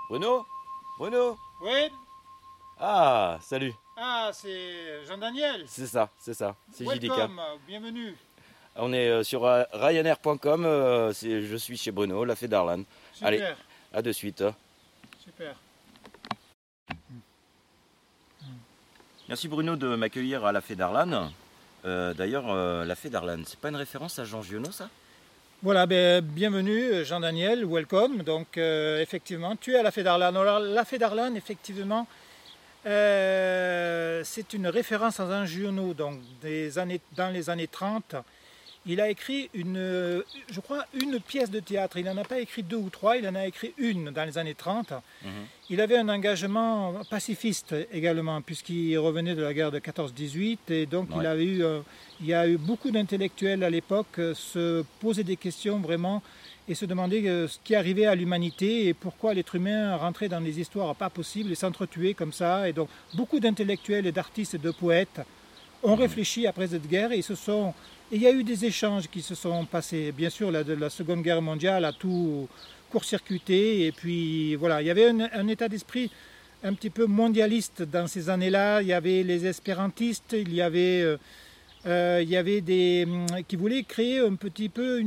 Bruno? Bruno? Oui. Ah, salut. Ah, c'est Jean-Daniel. C'est ça, c'est JDK. Welcome, bienvenue. On est sur Ryanair.com, je suis chez Bruno, la fée d'Arlan. Super. Allez, à de suite. Super. Merci Bruno de m'accueillir à la fée d'Arlan. D'ailleurs, la fée d'Arlan, c'est pas une référence à Jean Giono, ça? Voilà, bienvenue Jean-Daniel, welcome. Donc effectivement, tu es à la fée d'Arlan. Alors la fée d'Arlan, effectivement, c'est une référence à Jean Giono, donc dans les années 30. Il a écrit je crois, une pièce de théâtre. Il n'en a pas écrit deux ou trois, il en a écrit une dans les années 30. Il avait un engagement pacifiste également, puisqu'il revenait de la guerre de 14-18. Et donc ouais. Il y a eu beaucoup d'intellectuels à l'époque se poser des questions vraiment et se demander ce qui arrivait à l'humanité et pourquoi l'être humain rentrait dans des histoires pas possibles et s'entretuait comme ça. Et donc beaucoup d'intellectuels et d'artistes et de poètes ont réfléchi après cette guerre et il y a eu des échanges qui se sont passés. Bien sûr, la Seconde Guerre mondiale a tout court-circuité. Et puis, voilà, il y avait un état d'esprit un petit peu mondialiste dans ces années-là. Il y avait les espérantistes, il y avait des qui voulaient créer un petit peu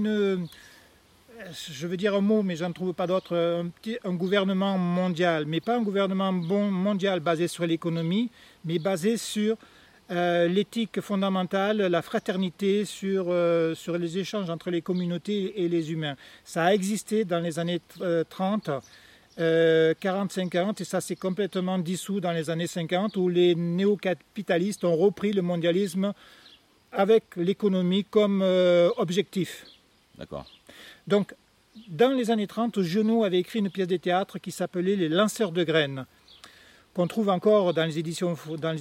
je veux dire un mot, mais je n'en trouve pas d'autre, un gouvernement mondial. Mais pas un gouvernement mondial basé sur l'économie, mais basé sur l'éthique fondamentale, la fraternité, sur les échanges entre les communautés et les humains. Ça a existé dans les années 30, 40-50, et ça s'est complètement dissous dans les années 50, où les néo-capitalistes ont repris le mondialisme avec l'économie comme objectif. D'accord. Donc, dans les années 30, Giono avait écrit une pièce de théâtre qui s'appelait « Les lanceurs de graines », qu'on trouve encore dans les éditions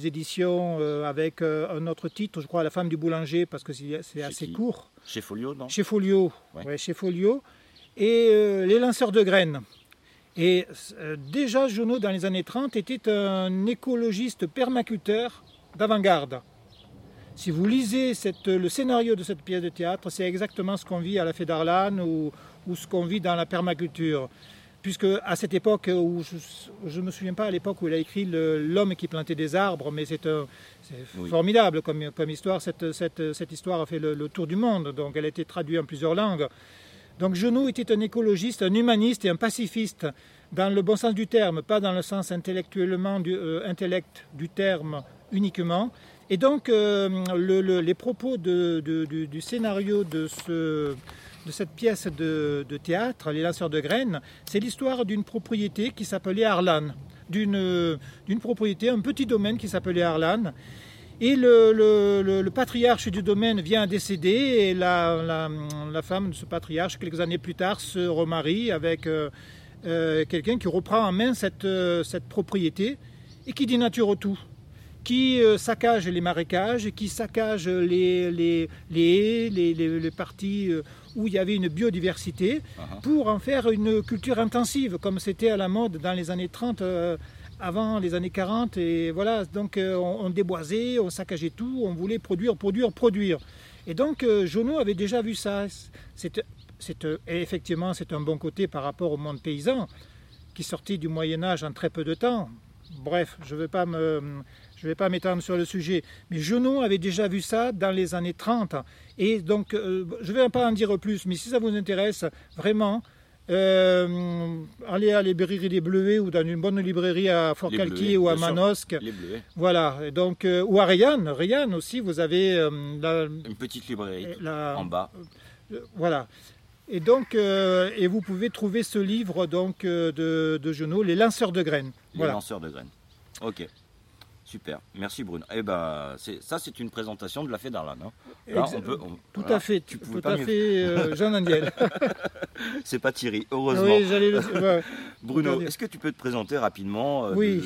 avec un autre titre, je crois, La femme du boulanger, parce que c'est assez court. Chez Folio, non? Chez Folio, ouais. Ouais, chez Folio. Et Les lanceurs de graines. Et déjà, Giono, dans les années 30, était un écologiste permaculteur d'avant-garde. Si vous lisez le scénario de cette pièce de théâtre, c'est exactement ce qu'on vit à la fée d'Arlan ou ce qu'on vit dans la permaculture. Puisque à cette époque, où je ne me souviens pas à l'époque où il a écrit L'homme qui plantait des arbres, mais c'est formidable comme histoire. Cette histoire a fait le tour du monde, donc elle a été traduite en plusieurs langues. Donc Giono était un écologiste, un humaniste et un pacifiste, dans le bon sens du terme, pas dans le sens intellectuellement intellect du terme uniquement. Et donc les propos du scénario de cette pièce de théâtre, Les lanceurs de graines, c'est l'histoire d'une propriété qui s'appelait Arlan, d'une propriété, un petit domaine qui s'appelait Arlan. Et le patriarche du domaine vient à décéder et la femme de ce patriarche, quelques années plus tard, se remarie avec quelqu'un qui reprend en main cette propriété et qui dénature tout, qui saccage les marécages, qui saccage les haies, les parties où il y avait une biodiversité, pour en faire une culture intensive, comme c'était à la mode dans les années 30, avant les années 40. Et voilà, donc on déboisait, on saccageait tout, on voulait produire. Et donc Giono avait déjà vu ça. Et effectivement, c'est un bon côté par rapport au monde paysan, qui sortait du Moyen-Âge en très peu de temps. Bref, je ne vais pas m'étendre sur le sujet, mais Giono avait déjà vu ça dans les années 30. Et donc, je ne vais pas en dire plus, mais si ça vous intéresse, vraiment, allez à la librairie des Bleuets ou dans une bonne librairie à Fort-Calquier ou à Manosque. Les Bleuets. Voilà, et donc, ou à Rayanne aussi, vous avez une petite librairie en bas. Voilà. Et donc, et vous pouvez trouver ce livre donc, de Giono, Les lanceurs de graines. Les lanceurs de graines. Ok. Super, merci Bruno. Eh ben, c'est une présentation de la fée d'Arlan. Hein. Tout à fait, Jean-Daniel. C'est pas Thierry, heureusement. Oui, Bruno, est-ce que tu peux te présenter rapidement? Oui.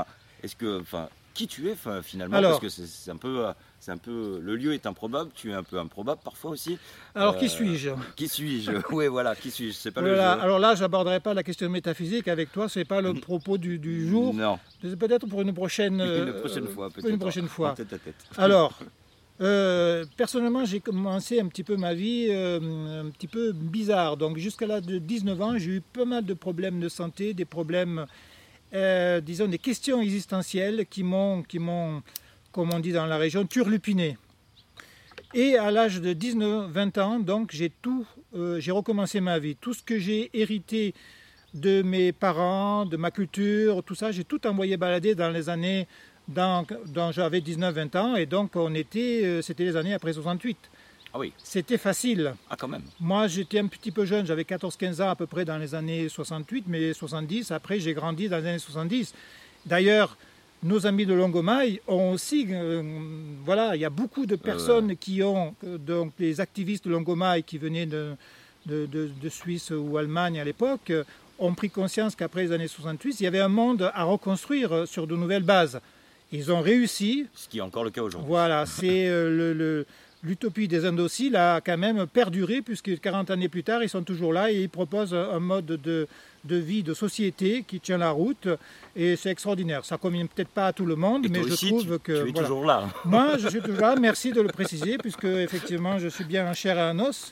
Qui tu es finalement? Alors, parce que c'est un peu, le lieu est improbable, tu es un peu improbable parfois aussi. Alors qui suis-je? Qui suis-je? Oui, voilà, qui suis-je? C'est pas voilà. le jeu. Alors là, j'aborderai pas la question métaphysique avec toi, c'est pas le propos du jour. Non. C'est peut-être pour une prochaine fois. Peut-être une prochaine fois. en tête à tête. Alors, Personnellement, j'ai commencé un petit peu ma vie un petit peu bizarre. Donc jusqu'à l'âge de 19 ans, j'ai eu pas mal de problèmes de santé, des problèmes, disons, des questions existentielles qui m'ont, comme on dit dans la région, turlupiné. Et à l'âge de 19-20 ans, donc j'ai recommencé ma vie. Tout ce que j'ai hérité de mes parents, de ma culture, tout ça, j'ai tout envoyé balader dans les années dont j'avais 19-20 ans, et donc c'était les années après 68. Ah oui. C'était facile. Ah quand même. Moi j'étais un petit peu jeune, j'avais 14-15 ans à peu près dans les années 68, mais 70, après j'ai grandi dans les années 70. D'ailleurs, nos amis de Longomaille ont aussi, voilà, il y a beaucoup de personnes qui ont, donc les activistes de Longomaille qui venaient de Suisse ou Allemagne à l'époque, ont pris conscience qu'après les années 68, il y avait un monde à reconstruire sur de nouvelles bases. Ils ont réussi. Ce qui est encore le cas aujourd'hui. Voilà, c'est l'utopie des Indociles a quand même perduré, puisque 40 années plus tard, ils sont toujours là et ils proposent un mode de vie, de société qui tient la route. Et c'est extraordinaire. Ça ne convient peut-être pas à tout le monde, mais je trouve que... Tu es toujours là. Moi, je suis toujours là. Merci de le préciser, puisque effectivement, je suis bien en chair et en os.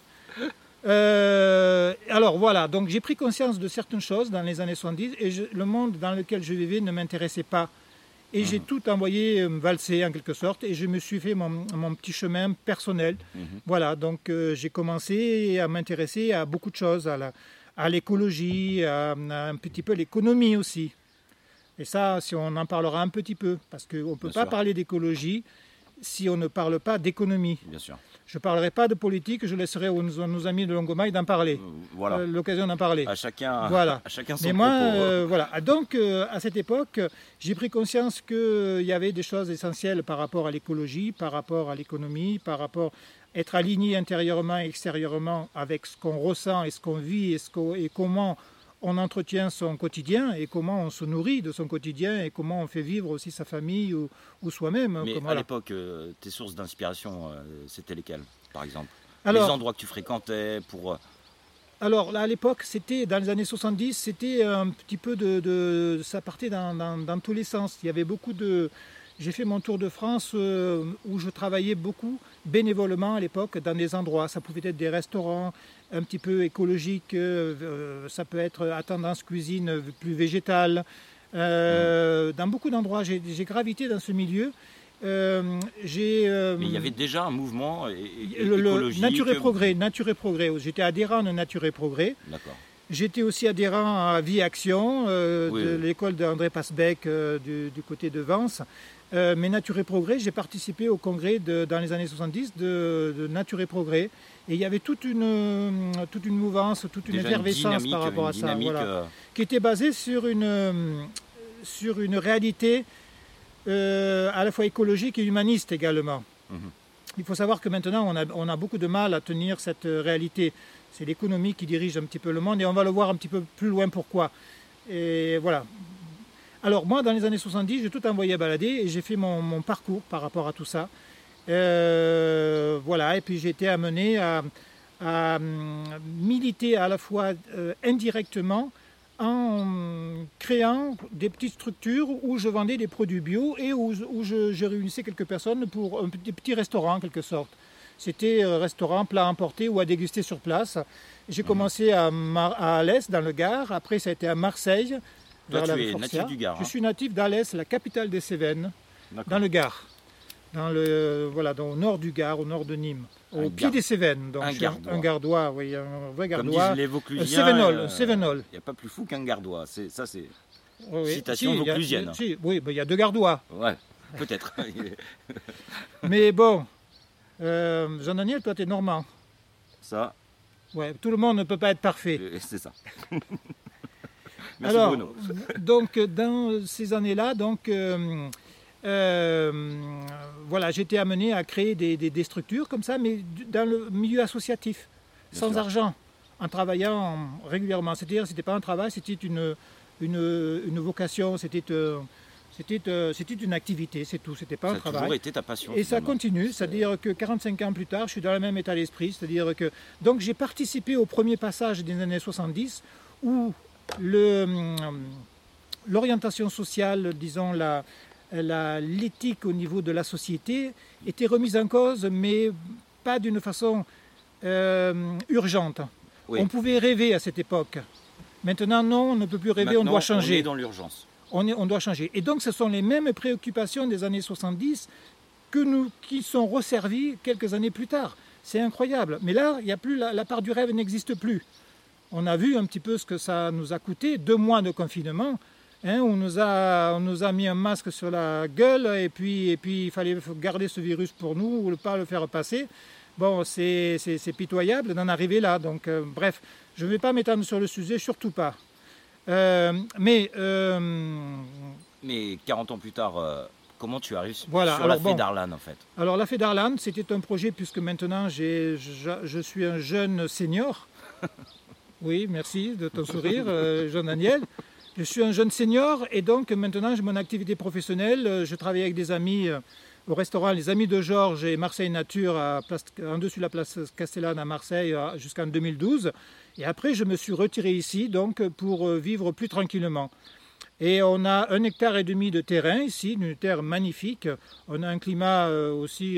Alors voilà, donc j'ai pris conscience de certaines choses dans les années 70 et le monde dans lequel je vivais ne m'intéressait pas. Et j'ai tout envoyé valser en quelque sorte et je me suis fait mon petit chemin personnel. Voilà, donc j'ai commencé à m'intéresser à beaucoup de choses, à l'écologie, à un petit peu l'économie aussi. Et ça, si on en parlera un petit peu, parce qu'on ne peut pas parler d'écologie si on ne parle pas d'économie. Bien sûr. Je ne parlerai pas de politique, je laisserai aux nos amis de Longomaille d'en parler. Voilà. L'occasion d'en parler. À chacun, voilà. À chacun son Mais moi, propos. voilà. Donc, à cette époque, j'ai pris conscience qu'il y avait des choses essentielles par rapport à l'écologie, par rapport à l'économie, par rapport à être aligné intérieurement et extérieurement avec ce qu'on ressent et ce qu'on vit et comment on entretient son quotidien et comment on se nourrit de son quotidien et comment on fait vivre aussi sa famille ou soi-même. Mais voilà. à l'époque, tes sources d'inspiration, c'était lesquelles, par exemple? Alors, les endroits que tu fréquentais pour... Alors là, à l'époque, c'était dans les années 70, c'était un petit peu ça partait dans tous les sens. Il y avait beaucoup de... J'ai fait mon tour de France où je travaillais beaucoup bénévolement à l'époque dans des endroits. Ça pouvait être des restaurants un petit peu écologiques, ça peut être à tendance cuisine plus végétale. Dans beaucoup d'endroits, j'ai gravité dans ce milieu. Mais il y avait déjà un mouvement écologique. Nature et Progrès. J'étais adhérent de Nature et Progrès. D'accord. J'étais aussi adhérent à Vie Action, de l'école d'André Passbeck du côté de Vence. Mais Nature et Progrès, j'ai participé au congrès dans les années 70 de Nature et Progrès. Et il y avait toute une mouvance, toute une effervescence par rapport à ça. Voilà, qui était basée sur une réalité à la fois écologique et humaniste également. Il faut savoir que maintenant, on a beaucoup de mal à tenir cette réalité. C'est l'économie qui dirige un petit peu le monde et on va le voir un petit peu plus loin pourquoi. Et voilà. Alors moi, dans les années 70, j'ai tout envoyé balader et j'ai fait mon parcours par rapport à tout ça. Voilà, et puis j'ai été amené à militer à la fois indirectement en créant des petites structures où je vendais des produits bio et où je réunissais quelques personnes pour des petits restaurants en quelque sorte. C'était restaurant, plat emporté ou à déguster sur place. J'ai commencé à Alès, dans le Gard. Après, ça a été à Marseille. Toi, tu es natif du Gard. Je suis natif d'Alès, la capitale des Cévennes, dans le Gard. Au nord du Gard, au nord de Nîmes. Au pied des Cévennes. Donc, un Gardois, oui, un vrai Gardois. Comme disent les Vauclusiens, un Cévenol. Il n'y a pas plus fou qu'un Gardois. Ça, c'est citation vauclusienne. Oui, il y a deux Gardois. Ouais, peut-être. Mais bon, Jean-Daniel, toi, tu es normand. Ça. Ouais, tout le monde ne peut pas être parfait. C'est ça. Merci alors, Bruno. Donc, dans ces années-là, voilà, j'étais amené à créer des structures comme ça, mais dans le milieu associatif, sans argent, en travaillant régulièrement. C'est-à-dire, c'était pas un travail, c'était une vocation, c'était une activité, c'est tout, c'était pas un travail. Ça a toujours été ta passion. Et ça continue, c'est-à-dire que 45 ans plus tard, je suis dans le même état d'esprit, c'est-à-dire que... Donc j'ai participé au premier passage des années 70 où l'orientation sociale, disons l'éthique au niveau de la société était remise en cause, mais pas d'une façon urgente. Oui. On pouvait rêver à cette époque. Maintenant, non, on ne peut plus rêver, on doit changer. On est dans l'urgence. On doit changer. Et donc, ce sont les mêmes préoccupations des années 70 qui sont resservies quelques années plus tard. C'est incroyable. Mais là, il y a plus, la part du rêve n'existe plus. On a vu un petit peu ce que ça nous a coûté, 2 mois de confinement, hein, où on nous a mis un masque sur la gueule, et puis il fallait garder ce virus pour nous, ou ne pas le faire passer. Bon, c'est pitoyable d'en arriver là. Donc, bref, je ne vais pas m'étendre sur le sujet, surtout pas. Mais 40 ans plus tard, comment tu arrives voilà, sur la fée d'Arlanne en fait? Alors la fée d'Arlanne, c'était un projet puisque maintenant je suis un jeune senior. Oui, merci de ton sourire, Jean-Daniel. Je suis un jeune senior et donc maintenant j'ai mon activité professionnelle. Je travaille avec des amis au restaurant Les Amis de Georges et Marseille Nature en dessus de la place Castellane à Marseille jusqu'en 2012. Et après, je me suis retiré ici donc pour vivre plus tranquillement. Et on a 1,5 hectare de terrain ici, une terre magnifique. On a un climat aussi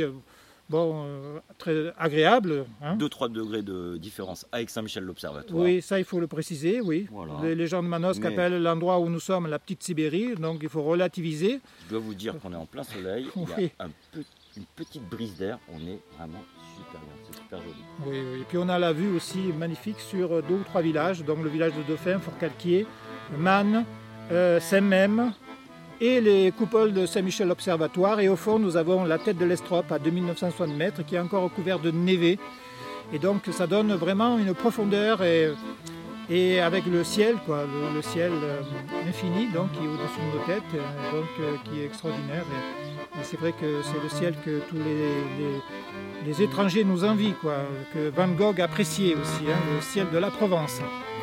très agréable. Hein. 2-3 degrés de différence avec Saint-Michel l'Observatoire. Oui, ça il faut le préciser, oui. Voilà. Les gens de Manosque appellent l'endroit où nous sommes la petite Sibérie, donc il faut relativiser. Je dois vous dire qu'on est en plein soleil, oui. Il y a une petite brise d'air, on est vraiment super bien, c'est super joli. Oui, et puis on a la vue aussi magnifique sur 2 ou 3 villages, donc le village de Dauphin, Fort-Calquier, Man, Saint-Mème et les coupoles de Saint-Michel l'Observatoire. Et au fond, nous avons la tête de l'Estrope à 2960 mètres qui est encore recouvert de névé. Et donc ça donne vraiment une profondeur et avec le ciel, quoi, le ciel infini donc, qui est au-dessus de nos têtes, qui est extraordinaire. Et c'est vrai que c'est le ciel que tous les étrangers nous envient, quoi, que Van Gogh appréciait aussi, hein, le ciel de la Provence.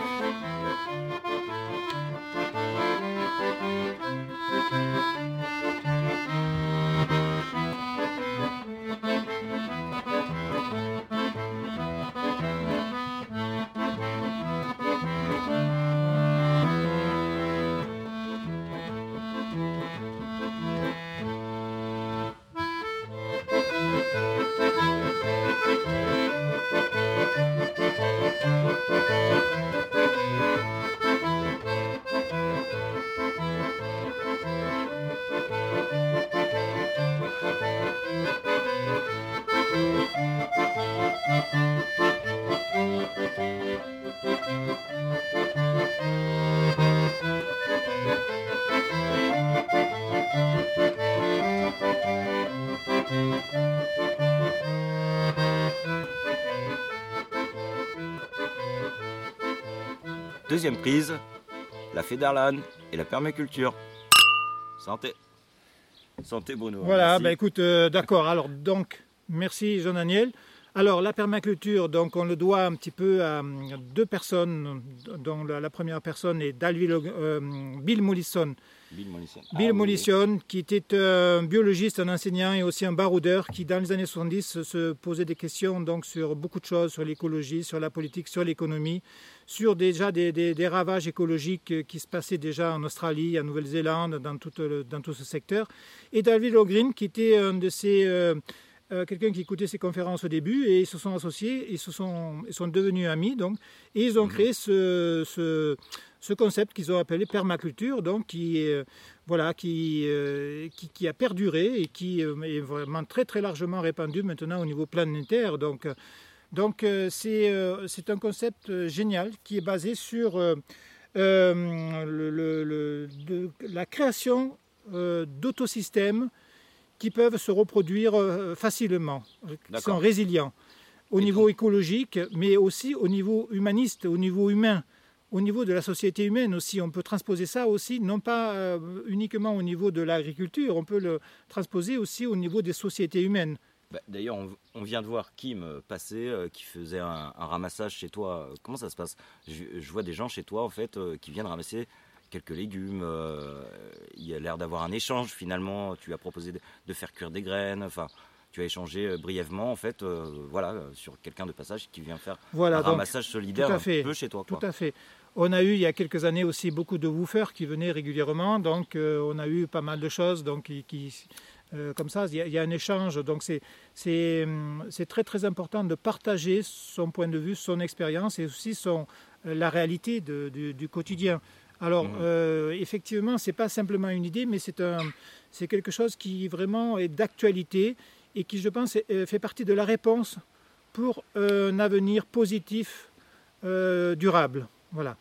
Deuxième prise, la fée d'Arlanne et la permaculture. Santé. Santé Bruno. Voilà, bah écoute, d'accord. Alors donc, merci Jean-Daniel. Alors la permaculture, donc on le doit un petit peu à 2 personnes, dont la première personne est Bill Mollison. Bill Mollison, qui était un biologiste, un enseignant et aussi un baroudeur, qui dans les années 70 se posait des questions donc, sur beaucoup de choses, sur l'écologie, sur la politique, sur l'économie, sur déjà des ravages écologiques qui se passaient déjà en Australie, en Nouvelle-Zélande, dans tout ce secteur. Et David Logreen, qui était un de ces... quelqu'un qui écoutait ses conférences au début, et ils se sont associés, ils sont devenus amis, donc, et ils ont créé ce concept qu'ils ont appelé permaculture, donc, qui a perduré et qui est vraiment très très largement répandu maintenant au niveau planétaire. Donc c'est un concept génial qui est basé sur la création d'autosystèmes qui peuvent se reproduire facilement, qui sont résilients au niveau écologique, mais aussi au niveau humaniste, au niveau humain, au niveau de la société humaine aussi. On peut transposer ça aussi, non pas uniquement au niveau de l'agriculture, on peut le transposer aussi au niveau des sociétés humaines. D'ailleurs, on vient de voir Kim passer, qui faisait un ramassage chez toi. Comment ça se passe ? Je vois des gens chez toi en fait qui viennent ramasser quelques légumes. Il y a l'air d'avoir un échange finalement. Tu as proposé de faire cuire des graines. Enfin, tu as échangé brièvement en fait, sur quelqu'un de passage qui vient faire un ramassage solidaire un peu chez toi. Tout à fait. On a eu il y a quelques années aussi beaucoup de woofers qui venaient régulièrement, donc on a eu pas mal de choses donc, comme ça, il y a un échange. Donc c'est très très important de partager son point de vue, son expérience et aussi la réalité du quotidien. Alors effectivement, ce n'est pas simplement une idée, mais c'est quelque chose qui vraiment est d'actualité et qui, je pense, fait partie de la réponse pour un avenir positif, durable. Voilà.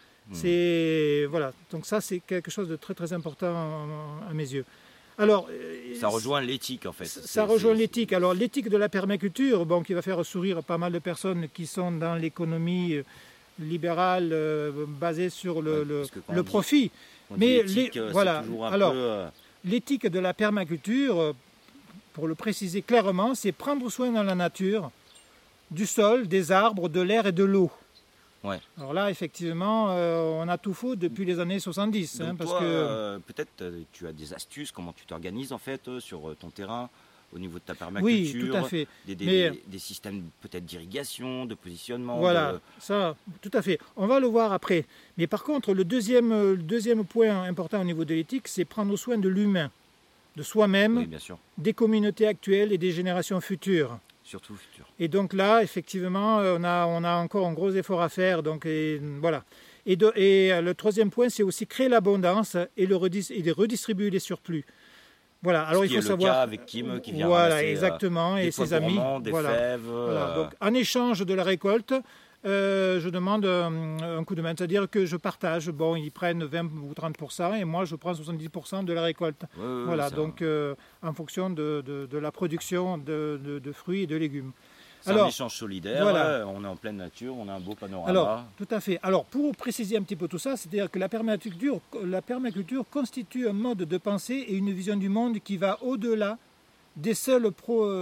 Voilà. Donc ça, c'est quelque chose de très très important à mes yeux. Alors, ça rejoint l'éthique en fait. Ça rejoint l'éthique. Alors l'éthique de la permaculture, bon, qui va faire sourire pas mal de personnes qui sont dans l'économie libérale basée sur le profit. Mais voilà. Alors, l'éthique de la permaculture, pour le préciser clairement, c'est prendre soin dans la nature du sol, des arbres, de l'air et de l'eau. Ouais. Alors là, effectivement, on a tout faux depuis les années 70. Donc parce toi, que peut-être tu as des astuces, comment tu t'organises en fait sur ton terrain, au niveau de ta permaculture. Oui, tout à fait. Des systèmes peut-être d'irrigation, de positionnement. Voilà, ça, tout à fait. On va le voir après. Mais par contre, le deuxième point important au niveau de l'éthique, c'est prendre soin de l'humain, de soi-même, oui, bien sûr. Des communautés actuelles et des générations futures. Surtout futur. Et donc là, effectivement, on a encore un gros effort à faire. Donc, voilà. Et le troisième point, c'est aussi créer l'abondance et redistribuer les surplus. Voilà. Alors il faut savoir. Cas avec Kim qui vient voilà, exactement, des et ses amis. Des fèves. Voilà. Donc, en échange de la récolte, je demande un coup de main, c'est-à-dire que je partage. Bon, ils prennent 20 ou 30% et moi je prends 70% de la récolte. Voilà, donc en fonction de la production de fruits et de légumes. C'est un échange solidaire, voilà. On est en pleine nature, on a un beau panorama. Alors, tout à fait. Alors, pour préciser un petit peu tout ça, c'est-à-dire que la permaculture constitue un mode de pensée et une vision du monde qui va au-delà des seules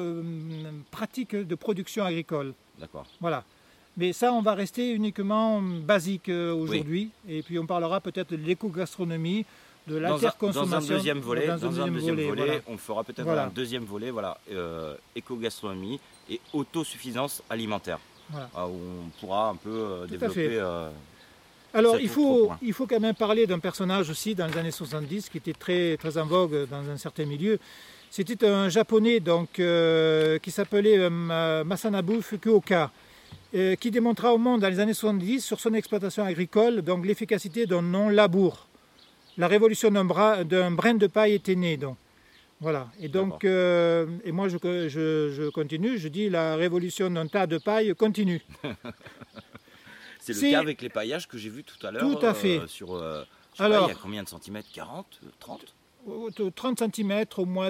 pratiques de production agricole. D'accord. Voilà. Mais ça, on va rester uniquement basique aujourd'hui. Oui. Et puis, on parlera peut-être de l'éco-gastronomie, de l'interconsommation. Dans un deuxième volet, voilà. on fera peut-être un deuxième volet, voilà, éco-gastronomie et autosuffisance alimentaire, voilà. Où on pourra un peu développer. Alors, il faut quand même parler d'un personnage aussi dans les années 70 qui était très, très en vogue dans un certain milieu. C'était un japonais donc, qui s'appelait Masanobu Fukuoka, qui démontra au monde dans les années 70 sur son exploitation agricole donc l'efficacité d'un non-labour. La révolution d'un brin de paille était née. Donc. Voilà. Et donc, et moi je continue, je dis la révolution d'un tas de paille continue. C'est le cas avec les paillages que j'ai vu tout à l'heure. Tout à fait. Alors, il y a combien de centimètres? 40, 30 30 cm au mois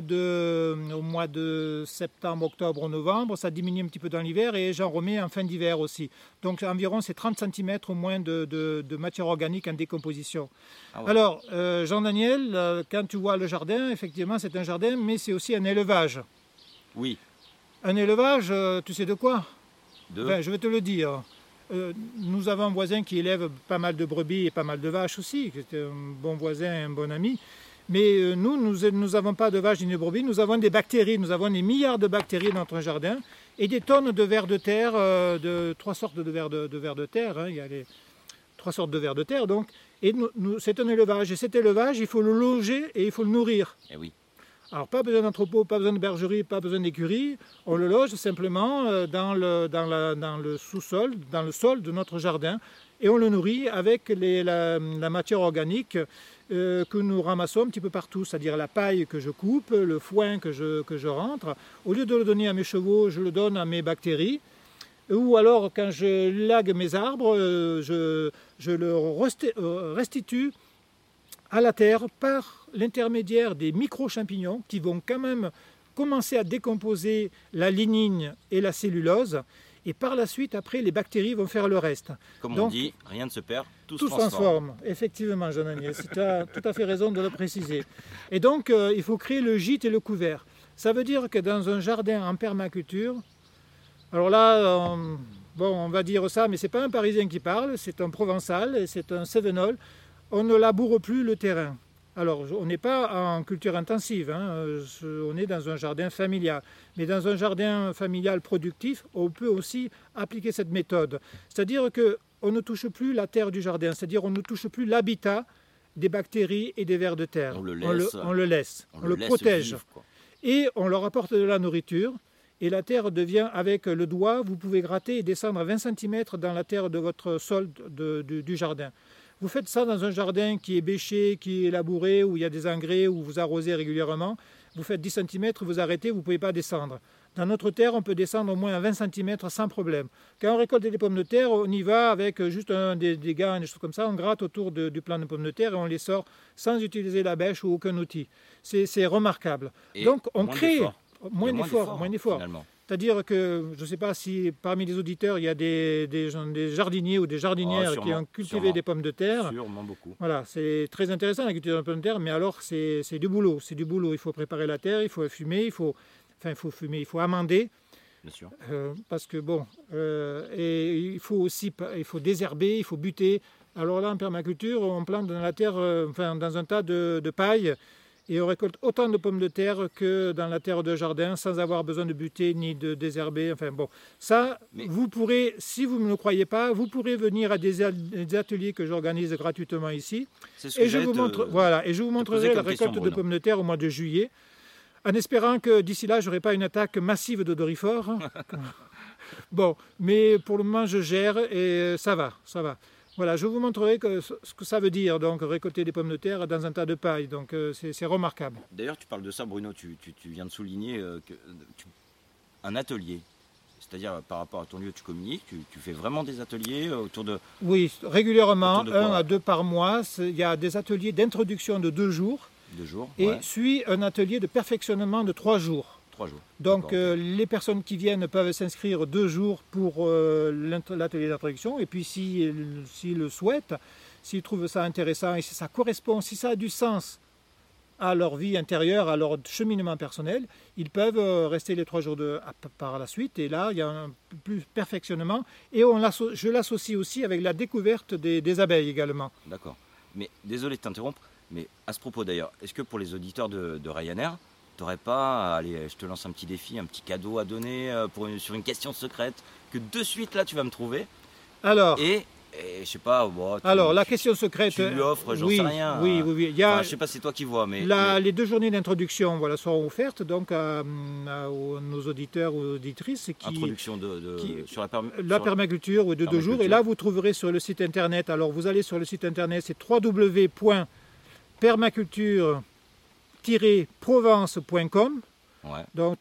de septembre, octobre, novembre, ça diminue un petit peu dans l'hiver et j'en remets en fin d'hiver aussi. Donc environ c'est 30 cm au moins de matière organique en décomposition. Ah ouais. Alors Jean-Daniel, quand tu vois le jardin, effectivement c'est un jardin, mais c'est aussi un élevage. Oui. Un élevage, tu sais de quoi? Enfin, je vais te le dire. Nous avons un voisin qui élève pas mal de brebis et pas mal de vaches aussi, qui est un bon voisin et un bon ami. Mais nous n'avons pas de vaches ni de brebis, nous avons des bactéries, nous avons des milliards de bactéries dans notre jardin et des tonnes de vers de terre, de trois sortes de vers de terre, hein, il y a les trois sortes de vers de terre, donc, et c'est un élevage. Et cet élevage, il faut le loger et il faut le nourrir. Eh oui. Alors pas besoin d'entrepôt, pas besoin de bergerie, pas besoin d'écurie, on le loge simplement dans le sous-sol, dans le sol de notre jardin et on le nourrit avec la matière organique que nous ramassons un petit peu partout, c'est-à-dire la paille que je coupe, le foin que je rentre. Au lieu de le donner à mes chevaux, je le donne à mes bactéries. Ou alors, quand je lague mes arbres, je le restitue à la terre par l'intermédiaire des micro-champignons qui vont quand même commencer à décomposer la lignine et la cellulose. Et par la suite, après, les bactéries vont faire le reste. Comme on dit, rien ne se perd, tout se transforme. Effectivement, Jean-Daniel, tu as tout à fait raison de le préciser. Et donc, il faut créer le gîte et le couvert. Ça veut dire que dans un jardin en permaculture, alors là, on va dire ça, mais ce n'est pas un Parisien qui parle, c'est un Provençal, c'est un Cévenol. On ne laboure plus le terrain. Alors, on n'est pas en culture intensive, hein, on est dans un jardin familial. Mais dans un jardin familial productif, on peut aussi appliquer cette méthode. C'est-à-dire que on ne touche plus la terre du jardin, c'est-à-dire on ne touche plus l'habitat des bactéries et des vers de terre. On le laisse, on le protège. Vivre, quoi. Et on leur apporte de la nourriture. Et la terre devient, avec le doigt, vous pouvez gratter et descendre à 20 cm dans la terre de votre sol du jardin. Vous faites ça dans un jardin qui est bêché, qui est labouré, où il y a des engrais, où vous arrosez régulièrement. Vous faites 10 cm, vous arrêtez, vous ne pouvez pas descendre. Dans notre terre, on peut descendre au moins à 20 cm sans problème. Quand on récolte des pommes de terre, on y va avec juste des gants, des choses comme ça. On gratte autour du plant de pommes de terre et on les sort sans utiliser la bêche ou aucun outil. C'est remarquable. Et donc on crée moins d'efforts. d'efforts. C'est-à-dire que, je ne sais pas si parmi les auditeurs, il y a des jardiniers ou des jardinières qui ont cultivé des pommes de terre. Sûrement beaucoup. Voilà, c'est très intéressant la culture de pommes de terre, mais alors c'est du boulot. C'est du boulot. Il faut préparer la terre, il faut fumer, il faut amender. Bien sûr. Parce que et il faut désherber, il faut buter. Alors là, en permaculture, on plante dans la terre, dans un tas de paille. Et on récolte autant de pommes de terre que dans la terre de jardin sans avoir besoin de buter ni de désherber. Vous pourrez, si vous ne me croyez pas, vous pourrez venir à des ateliers que j'organise gratuitement ici. Et je vous montrerai la récolte de pommes de terre au mois de juillet, en espérant que d'ici là, je n'aurai pas une attaque massive d'odorifores. Mais pour le moment, je gère et ça va. Voilà, je vous montrerai ce que ça veut dire, donc récolter des pommes de terre dans un tas de paille. Donc c'est remarquable. D'ailleurs, tu parles de ça, Bruno, tu viens de souligner un atelier. C'est-à-dire, par rapport à ton lieu, tu communiques, tu fais vraiment des ateliers autour de... Oui, régulièrement, 1 à 2 par mois. Il y a des ateliers d'introduction de 2 jours. 2 jours, et suit un atelier de perfectionnement de 3 jours. 3 jours. Donc les personnes qui viennent peuvent s'inscrire 2 jours pour l'atelier d'introduction. Et puis s'ils le souhaitent, s'ils trouvent ça intéressant et si ça correspond, si ça a du sens à leur vie intérieure, à leur cheminement personnel, ils peuvent rester les 3 jours par la suite. Et là, il y a un plus perfectionnement. Et je l'associe aussi avec la découverte des abeilles également. D'accord. Mais désolé de t'interrompre, mais à ce propos d'ailleurs, est-ce que pour les auditeurs de Ryanair, t'aurais pas, allez, je te lance un petit défi, un petit cadeau à donner sur une question secrète que de suite là tu vas me trouver. Alors. Et je sais pas. La question secrète. Tu lui offres, j'en sais rien. Oui. Je sais pas si c'est toi qui vois, mais. Les 2 journées d'introduction, seront offertes donc à nos auditeurs ou auditrices introduction sur la permaculture de 2 jours. Et là vous trouverez sur le site internet. Alors vous allez sur le site internet, c'est www.permaculture-provence.com. Donc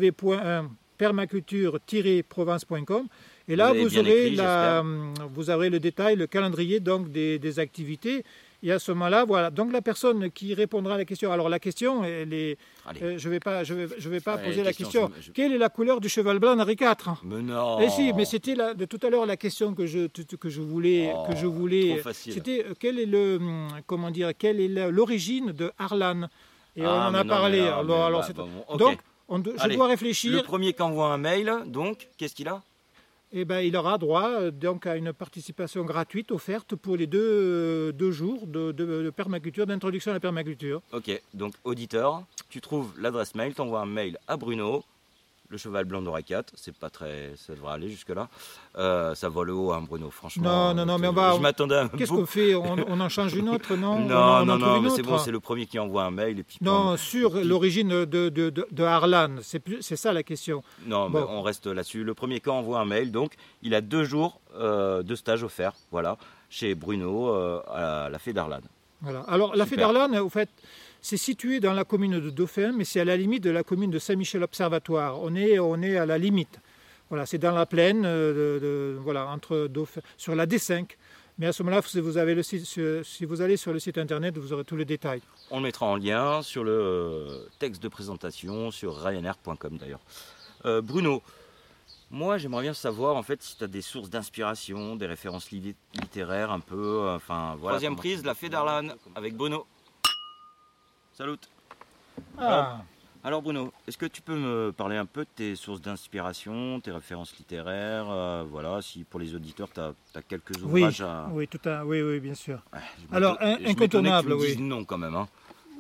www.permaculture-provence.com. Et là, vous aurez le détail, le calendrier donc, des activités. Et à ce moment-là, voilà. Donc la personne qui répondra à la question. Alors la question, elle est. Je vais pas poser la question. Quelle est la couleur du cheval blanc d'Henri IV? Mais non. Mais c'était de tout à l'heure la question que je voulais. C'était quelle est l'origine de Harlan? Et on en a parlé. Donc, je dois réfléchir. Le premier qui envoie un mail, donc, qu'est-ce qu'il a? Il aura droit donc, à une participation gratuite offerte pour les 2 jours de permaculture, d'introduction à la permaculture. Ok, donc auditeur, tu trouves l'adresse mail, tu envoies un mail à Bruno, le cheval blanc d'Henri IV, ça devrait aller jusque-là. Ça vole haut, hein, Bruno, franchement. Non, mais je m'attendais à un Qu'est-ce qu'on fait on en change une autre, non? Non, mais c'est bon, c'est le premier qui envoie un mail. Et puis sur l'origine de Harlan, c'est ça la question. Non, mais on reste là-dessus. Le premier qui envoie un mail, donc, il a 2 jours de stage offert, voilà, chez Bruno, à la Fée d'Harlan. Voilà. Alors, la Fée d'Harlan, au fait, c'est situé dans la commune de Dauphin, mais c'est à la limite de la commune de Saint-Michel-Observatoire. On est à la limite. Voilà, c'est dans la plaine, entre Dauphin, sur la D5. Mais à ce moment-là, si vous allez sur le site internet, vous aurez tous les détails. On mettra en lien sur le texte de présentation, sur ryanair.com d'ailleurs. Bruno, moi j'aimerais bien savoir en fait si tu as des sources d'inspiration, des références littéraires un peu. Voilà. 3e prise, la Fée d'Harlan avec Bruno. Salut. Alors Bruno, est-ce que tu peux me parler un peu de tes sources d'inspiration, tes références littéraires, si pour les auditeurs tu as quelques ouvrages à... Oui, bien sûr. Alors, incontournable, oui. Non quand même. Hein.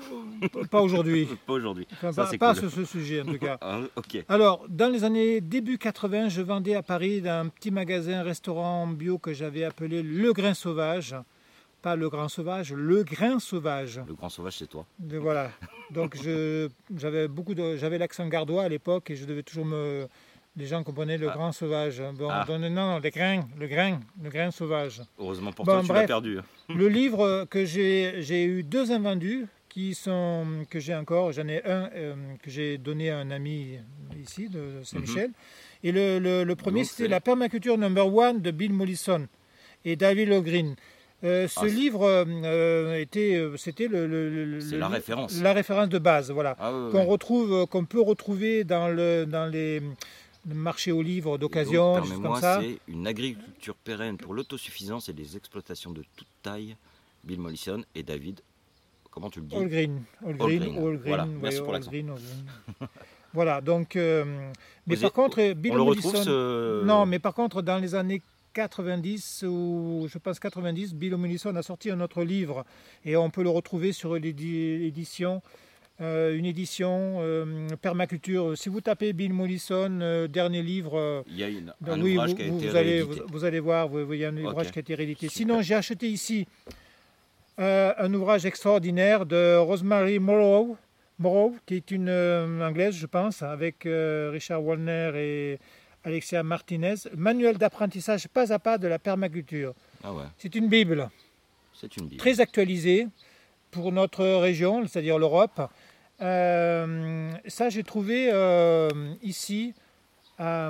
Pas aujourd'hui. Pas aujourd'hui. Enfin, Ça, pas c'est pas cool. sur ce sujet en tout cas. Ah, ok. Alors, dans les années début 80, je vendais à Paris dans un petit magasin, restaurant bio que j'avais appelé Le Grain Sauvage. Pas Le Grain Sauvage, Le Grain Sauvage. Le grand sauvage, c'est toi. Voilà. Donc j'avais l'accent gardois à l'époque et je devais toujours me. Les gens comprenaient le grand sauvage. Bon, Ah. non, le grain sauvage. Heureusement pour Bon, toi, tu l'as bref. perdu. Le livre que j'ai eu 2 invendus que j'ai encore. J'en ai un que j'ai donné à un ami ici de Saint-Michel. Et le premier, Donc, c'était c'est- la permaculture number 1 de Bill Mollison et David Logreen. Ce c'est- livre c'était C'est la référence. la référence de base, voilà, Ah, ouais, ouais. qu'on peut retrouver dans les marchés aux livres d'occasion, Donc, des choses permets-moi, comme ça. c'est une agriculture pérenne pour l'autosuffisance et des exploitations de toute taille. Bill Mollison et David, comment tu le dis? All green. Voilà, merci ouais, pour l'accent. all green. Voilà, donc, mais Vous par êtes- contre, Bill On le retrouve Mollison, non, mais par contre, dans les années 90, ou je pense 90, Bill Mollison a sorti un autre livre et on peut le retrouver sur l'édition. Une édition permaculture. Si vous tapez Bill Mollison, dernier livre, Il y a ben un oui, ouvrage qui a été vous allez, réédité. vous allez voir, il y a un ouvrage Ok. qui a été réédité. Super. Sinon, j'ai acheté ici un ouvrage extraordinaire de Rosemary Morrow, qui est une anglaise, je pense, avec Richard Wallner et Alexia Martinez. Manuel d'apprentissage pas à pas de la permaculture. Ah ouais, C'est une Bible c'est une Bible. très actualisée pour notre région, c'est-à-dire l'Europe. Ça, j'ai trouvé ici à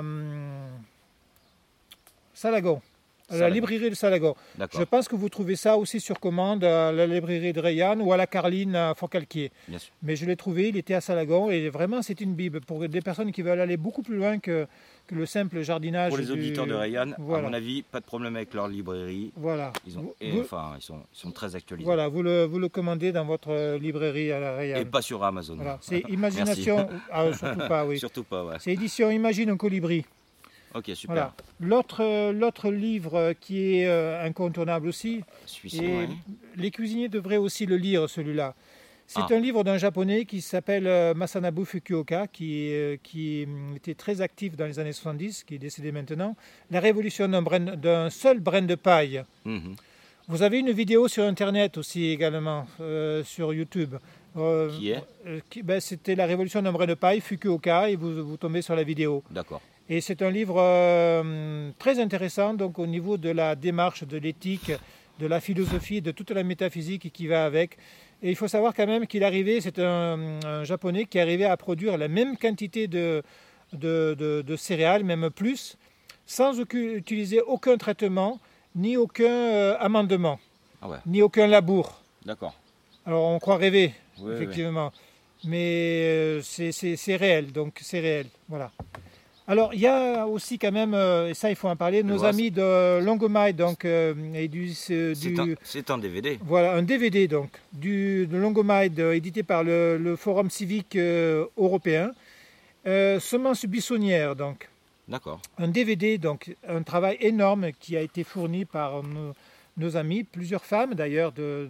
Salagon, à la Salagon. librairie de Salagon. Je D'accord, pense que vous trouvez ça aussi sur commande à la librairie de Rayanne ou à la Carline à Forcalquier. bien sûr. Mais je l'ai trouvé, il était à Salagon et vraiment c'est une Bible pour des personnes qui veulent aller beaucoup plus loin que le simple jardinage. Pour les auditeurs de Rayanne, Voilà. à mon avis, pas de problème avec leur librairie. Voilà. Ils, ont, Vous- ils sont très actualisés. voilà, vous le commandez dans votre librairie à la Et Rayanne. pas sur Amazon. Voilà, c'est Imagination. Ah, surtout pas, oui. Surtout pas, ouais. C'est édition Imagine un colibri. Ok, super. Voilà. L'autre livre qui est incontournable aussi, Celui-ci, et ouais. les cuisiniers devraient aussi le lire, celui-là. C'est Ah. un livre d'un japonais qui s'appelle Masanabu Fukuoka, qui était très actif dans les années 70, qui est décédé maintenant. La révolution d'un seul brin de paille. Mhm. Vous avez une vidéo sur Internet aussi également, sur YouTube. Qui est C'était la révolution d'un brin de paille, Fukuoka, et vous tombez sur la vidéo. D'accord. Et c'est un livre très intéressant donc, au niveau de la démarche, de l'éthique, de la philosophie, de toute la métaphysique qui va avec. Et il faut savoir quand même qu'il arrivait, c'est un Japonais qui arrivait à produire la même quantité de céréales, même plus, sans utiliser aucun traitement, ni aucun amendement, Ah ouais, ni aucun labour. d'accord. Alors on croit rêver, Oui, effectivement. Mais c'est réel, donc c'est réel. Voilà. Alors il y a aussi quand même, et ça il faut en parler, nos vois, amis de Longomai, donc, et C'est un DVD. voilà, un DVD donc, de Longomai, édité par le Forum civique européen. Semences buissonnières, donc. D'accord. Un DVD, donc un travail énorme qui a été fourni par nos amis, plusieurs femmes d'ailleurs de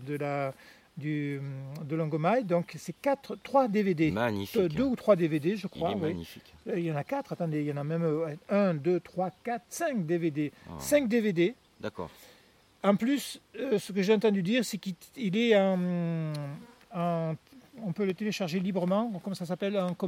Longomai. Donc c'est 3 DVD. Magnifique. 2 ou 3 DVD, je Il crois. est Oui. magnifique. Il y en a 4, attendez, il y en a même 1, 2, 3, 4, 5 DVD. Ah. 5 DVD. D'accord. En plus, ce que j'ai entendu dire, c'est qu'il est on peut le télécharger librement. Comment ça s'appelle? On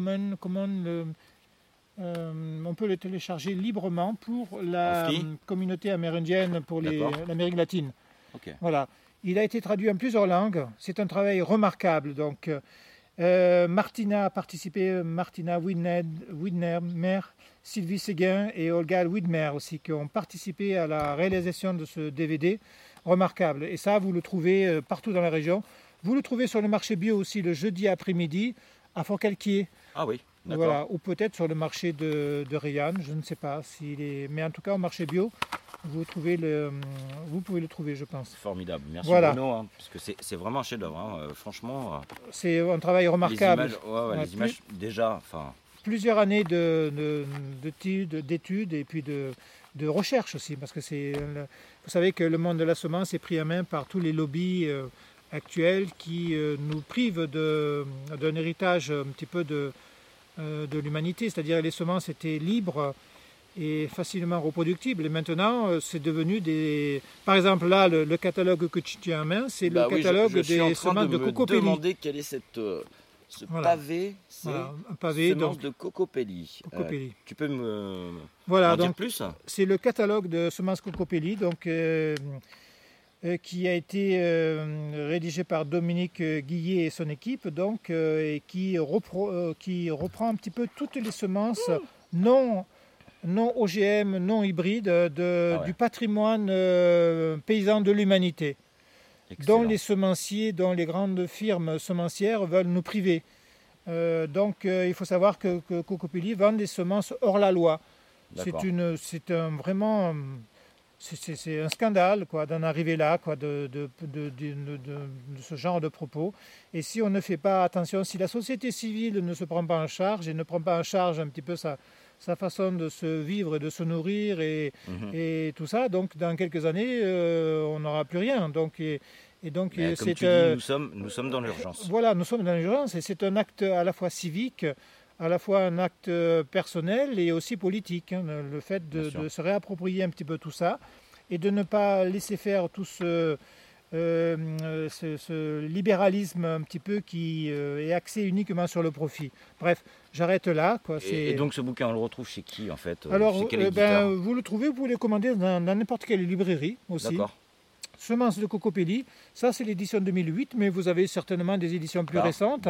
peut le télécharger librement pour la En free communauté amérindienne, pour D'accord. l'Amérique latine. Ok. Voilà. Il a été traduit en plusieurs langues. C'est un travail remarquable. Donc, Martina a participé, Martina Widner, Sylvie Séguin et Olga Widmer aussi, qui ont participé à la réalisation de ce DVD remarquable. Et ça, vous le trouvez partout dans la région. Vous le trouvez sur le marché bio aussi le jeudi après-midi à Forcalquier. Ah oui, d'accord. Voilà, ou peut-être sur le marché de Rayanne, je ne sais pas s'il est. Mais en tout cas, au marché bio, vous pouvez le trouver, je pense. Formidable. Merci Voilà. Bruno, hein, parce que c'est vraiment un chef-d'œuvre. Hein. Franchement, C'est un travail remarquable. les images, ouais, les images déjà, enfin, Plusieurs années d'études et puis de recherche aussi, parce que vous savez que le monde de la semence est pris en main par tous les lobbies actuelle qui nous prive d'un héritage un petit peu de l'humanité, c'est-à-dire les semences étaient libres et facilement reproductibles. Et maintenant, c'est devenu des... Par exemple, là, le catalogue que tu tiens en main, c'est le catalogue des semences de cocopelli. Je me demandais quel est ce pavé, c'est un pavé semences de cocopelli. Tu peux m'en dire plus? C'est le catalogue de semences cocopelli, donc qui a été rédigé par Dominique Guillet et son équipe, donc, et qui reprend un petit peu toutes les semences non OGM, non hybrides du patrimoine paysan de l'humanité, dont les semenciers, dont les grandes firmes semencières veulent nous priver. Donc il faut savoir que Cocopelli vend des semences hors la loi. C'est un scandale d'en arriver là, de ce genre de propos. Et si on ne fait pas attention, si la société civile ne se prend pas en charge et ne prend pas en charge un petit peu sa façon de se vivre et de se nourrir et tout ça, donc dans quelques années, on n'aura plus rien. Donc, comme tu dis, nous sommes dans l'urgence. Voilà, nous sommes dans l'urgence et c'est un acte à la fois civique, à la fois un acte personnel et aussi politique. Le fait de se réapproprier un petit peu tout ça et de ne pas laisser faire tout ce libéralisme un petit peu qui est axé uniquement sur le profit. Bref, j'arrête là. Et donc ce bouquin, on le retrouve chez qui en fait? Alors, chez quel éditeur? vous le trouvez, vous pouvez le commander dans n'importe quelle librairie aussi. D'accord. Semences de Cocopelli, ça c'est l'édition 2008, mais vous avez certainement des éditions plus récentes.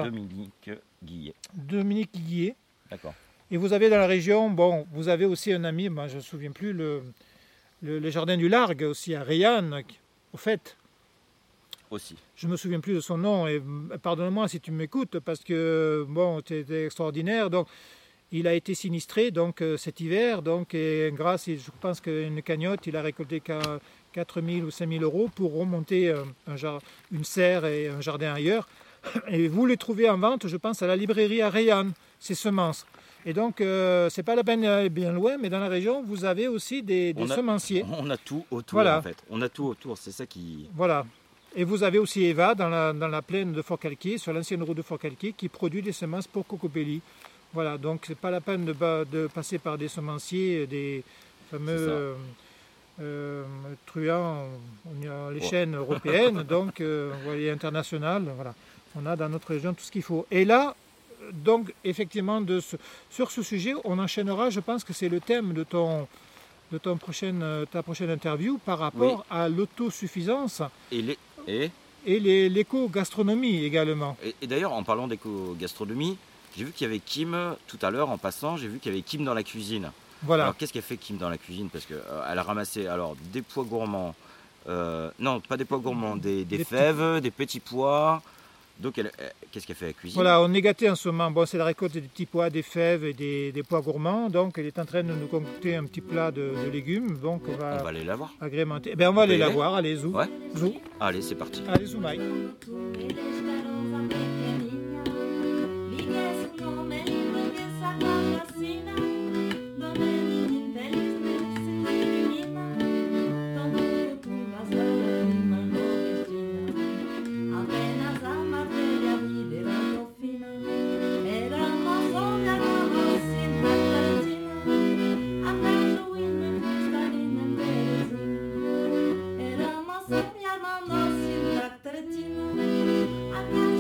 Dominique Guillet. D'accord. Et vous avez dans la région, vous avez aussi un ami, moi je ne me souviens plus, le jardin du Largue aussi à Rayanne, au fait. Aussi. Je ne me souviens plus de son nom, et pardonne-moi si tu m'écoutes, parce que tu es extraordinaire. Donc, il a été sinistré cet hiver, et grâce, je pense qu'une cagnotte, il a récolté 4 000 ou 5 000 euros pour remonter une serre et un jardin ailleurs. Et vous les trouvez en vente, je pense, à la librairie à Rayanne, ces semences. Et donc, c'est pas la peine d'aller bien loin, mais dans la région, vous avez aussi des semenciers. On a tout autour, en fait. On a tout autour, c'est ça qui... Voilà. Et vous avez aussi Eva, dans la plaine de Fort-Calquier, sur l'ancienne route de Fort-Calquier, qui produit des semences pour Cocopelli. Voilà, donc c'est pas la peine de passer par des semenciers, des fameux truands, on a les chaînes européennes, donc et internationales. Voilà. On a dans notre région tout ce qu'il faut. Et là, donc effectivement, sur ce sujet, on enchaînera, je pense que c'est le thème de ta prochaine interview par rapport à l'autosuffisance et l'éco-gastronomie également. Et d'ailleurs, en parlant d'éco-gastronomie, j'ai vu qu'il y avait Kim tout à l'heure en passant, j'ai vu qu'il y avait Kim dans la cuisine. Voilà. Alors qu'est-ce qu'elle fait Kim dans la cuisine? Parce qu'elle a ramassé des pois gourmands, non pas des pois gourmands, des fèves, des petits pois. Donc qu'est-ce qu'elle fait à la cuisine? Voilà, on est gâté en ce moment. C'est la récolte des petits pois, des fèves et des pois gourmands. Donc elle est en train de nous concocter un petit plat de légumes. Donc on va aller la voir. Agrémenter. On va aller la voir. Allez, zou. Ouais. Allez, c'est parti. Allez, Zoumaï. I'm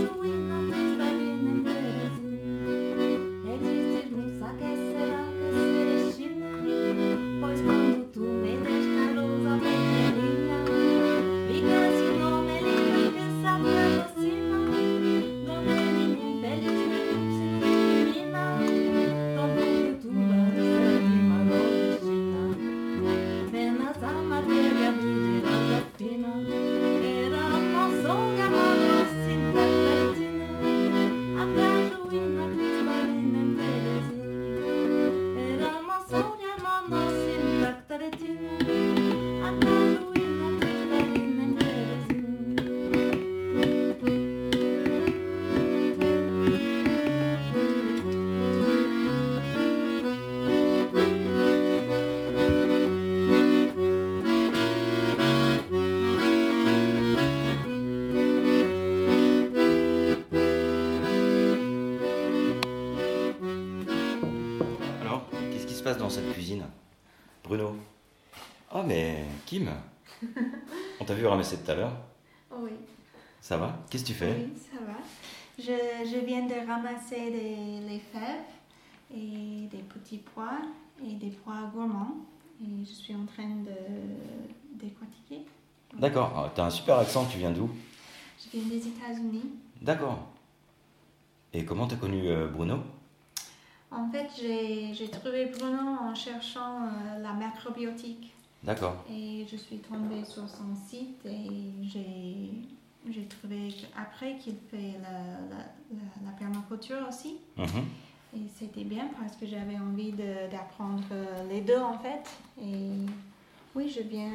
se passe dans cette cuisine? Bruno? Oh, mais Kim, on t'a vu ramasser tout à l'heure. Oui. Ça va? Qu'est-ce que tu fais? Oui, ça va. Je viens de ramasser les fèves et des petits pois et des pois gourmands. Et je suis en train de décortiquer. D'accord, t'as un super accent, tu viens d'où? Je viens des États-Unis. D'accord. Et comment t'as connu Bruno? En fait, j'ai trouvé Bruno en cherchant la macrobiotique. D'accord. Et je suis tombée sur son site et j'ai trouvé après qu'il fait la permaculture aussi. Et c'était bien parce que j'avais envie d'apprendre les deux en fait. Et oui, je viens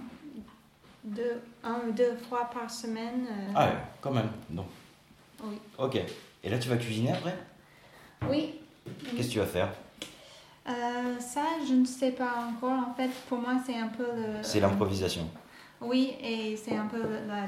un ou deux fois par semaine. Ah ouais, quand même. Non. Oui. Ok. Et là, tu vas cuisiner après? Oui. Qu'est-ce que tu vas faire? Ça, je ne sais pas encore. En fait, pour moi, c'est un peu C'est l'improvisation. Oui, et c'est un peu la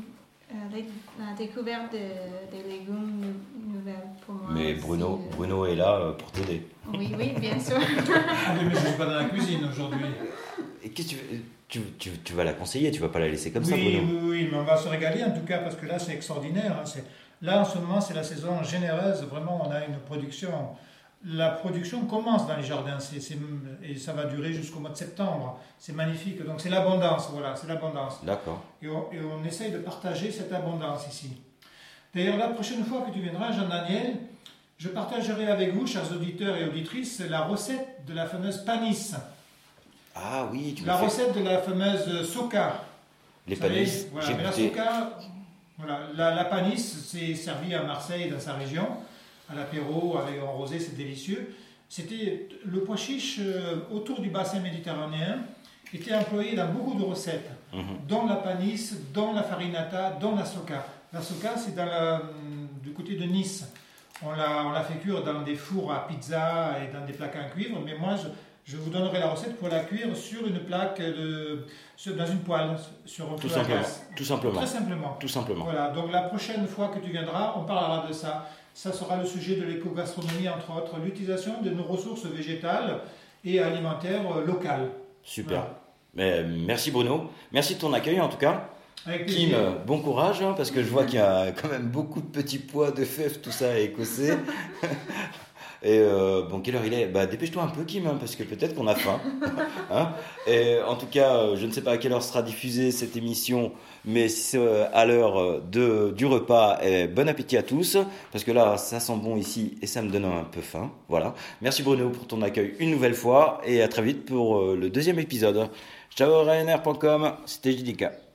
découverte des légumes nouvelles pour moi. Mais aussi, Bruno est là pour t'aider. Oui, bien sûr. Ah oui, mais je ne suis pas dans la cuisine aujourd'hui. Et qu'est-ce que tu vas la conseiller, tu vas pas la laisser comme ça, Bruno? Oui, mais on va se régaler en tout cas parce que là c'est extraordinaire. Là en ce moment c'est la saison généreuse, vraiment on a une production. La production commence dans les jardins et ça va durer jusqu'au mois de septembre. C'est magnifique, donc c'est l'abondance, voilà, c'est l'abondance. D'accord. Et on essaye de partager cette abondance ici. D'ailleurs la prochaine fois que tu viendras, Jean-Daniel, je partagerai avec vous, chers auditeurs et auditrices, la recette de la fameuse panisse. Ah oui, La recette de la fameuse soca. Les panisses, voilà, j'ai mais la goûté. soca, voilà, la panisse, c'est servi à Marseille, dans sa région, à l'apéro, avec en rosé, c'est délicieux. C'était le pois chiche autour du bassin méditerranéen, était employé dans beaucoup de recettes, dont la panisse, dont la farinata, dont la soca. La soca, c'est du côté de Nice. On la fait cuire dans des fours à pizza et dans des plaques en cuivre, mais moi, je vous donnerai la recette pour la cuire sur une plaque, dans une poêle, sur un feu à gaz. Tout simplement. Très simplement. Tout simplement. Voilà, donc la prochaine fois que tu viendras, on parlera de ça. Ça sera le sujet de l'éco-gastronomie, entre autres, l'utilisation de nos ressources végétales et alimentaires locales. Super. Voilà. Mais, merci Bruno. Merci de ton accueil en tout cas. Avec Kim, plaisir. bon courage, hein, parce que je vois qu'il y a quand même beaucoup de petits pois, de fèves, tout ça écossais. Et bon, quelle heure il est? Bah, dépêche-toi un peu, Kim, hein, parce que peut-être qu'on a faim. Hein, et en tout cas, je ne sais pas à quelle heure sera diffusée cette émission, mais si c'est à l'heure du repas, bon appétit à tous, parce que là, ça sent bon ici et ça me donne un peu faim. Voilà. Merci Bruno pour ton accueil une nouvelle fois et à très vite pour le deuxième épisode. Ciao, Ryanair.com, c'était JDK.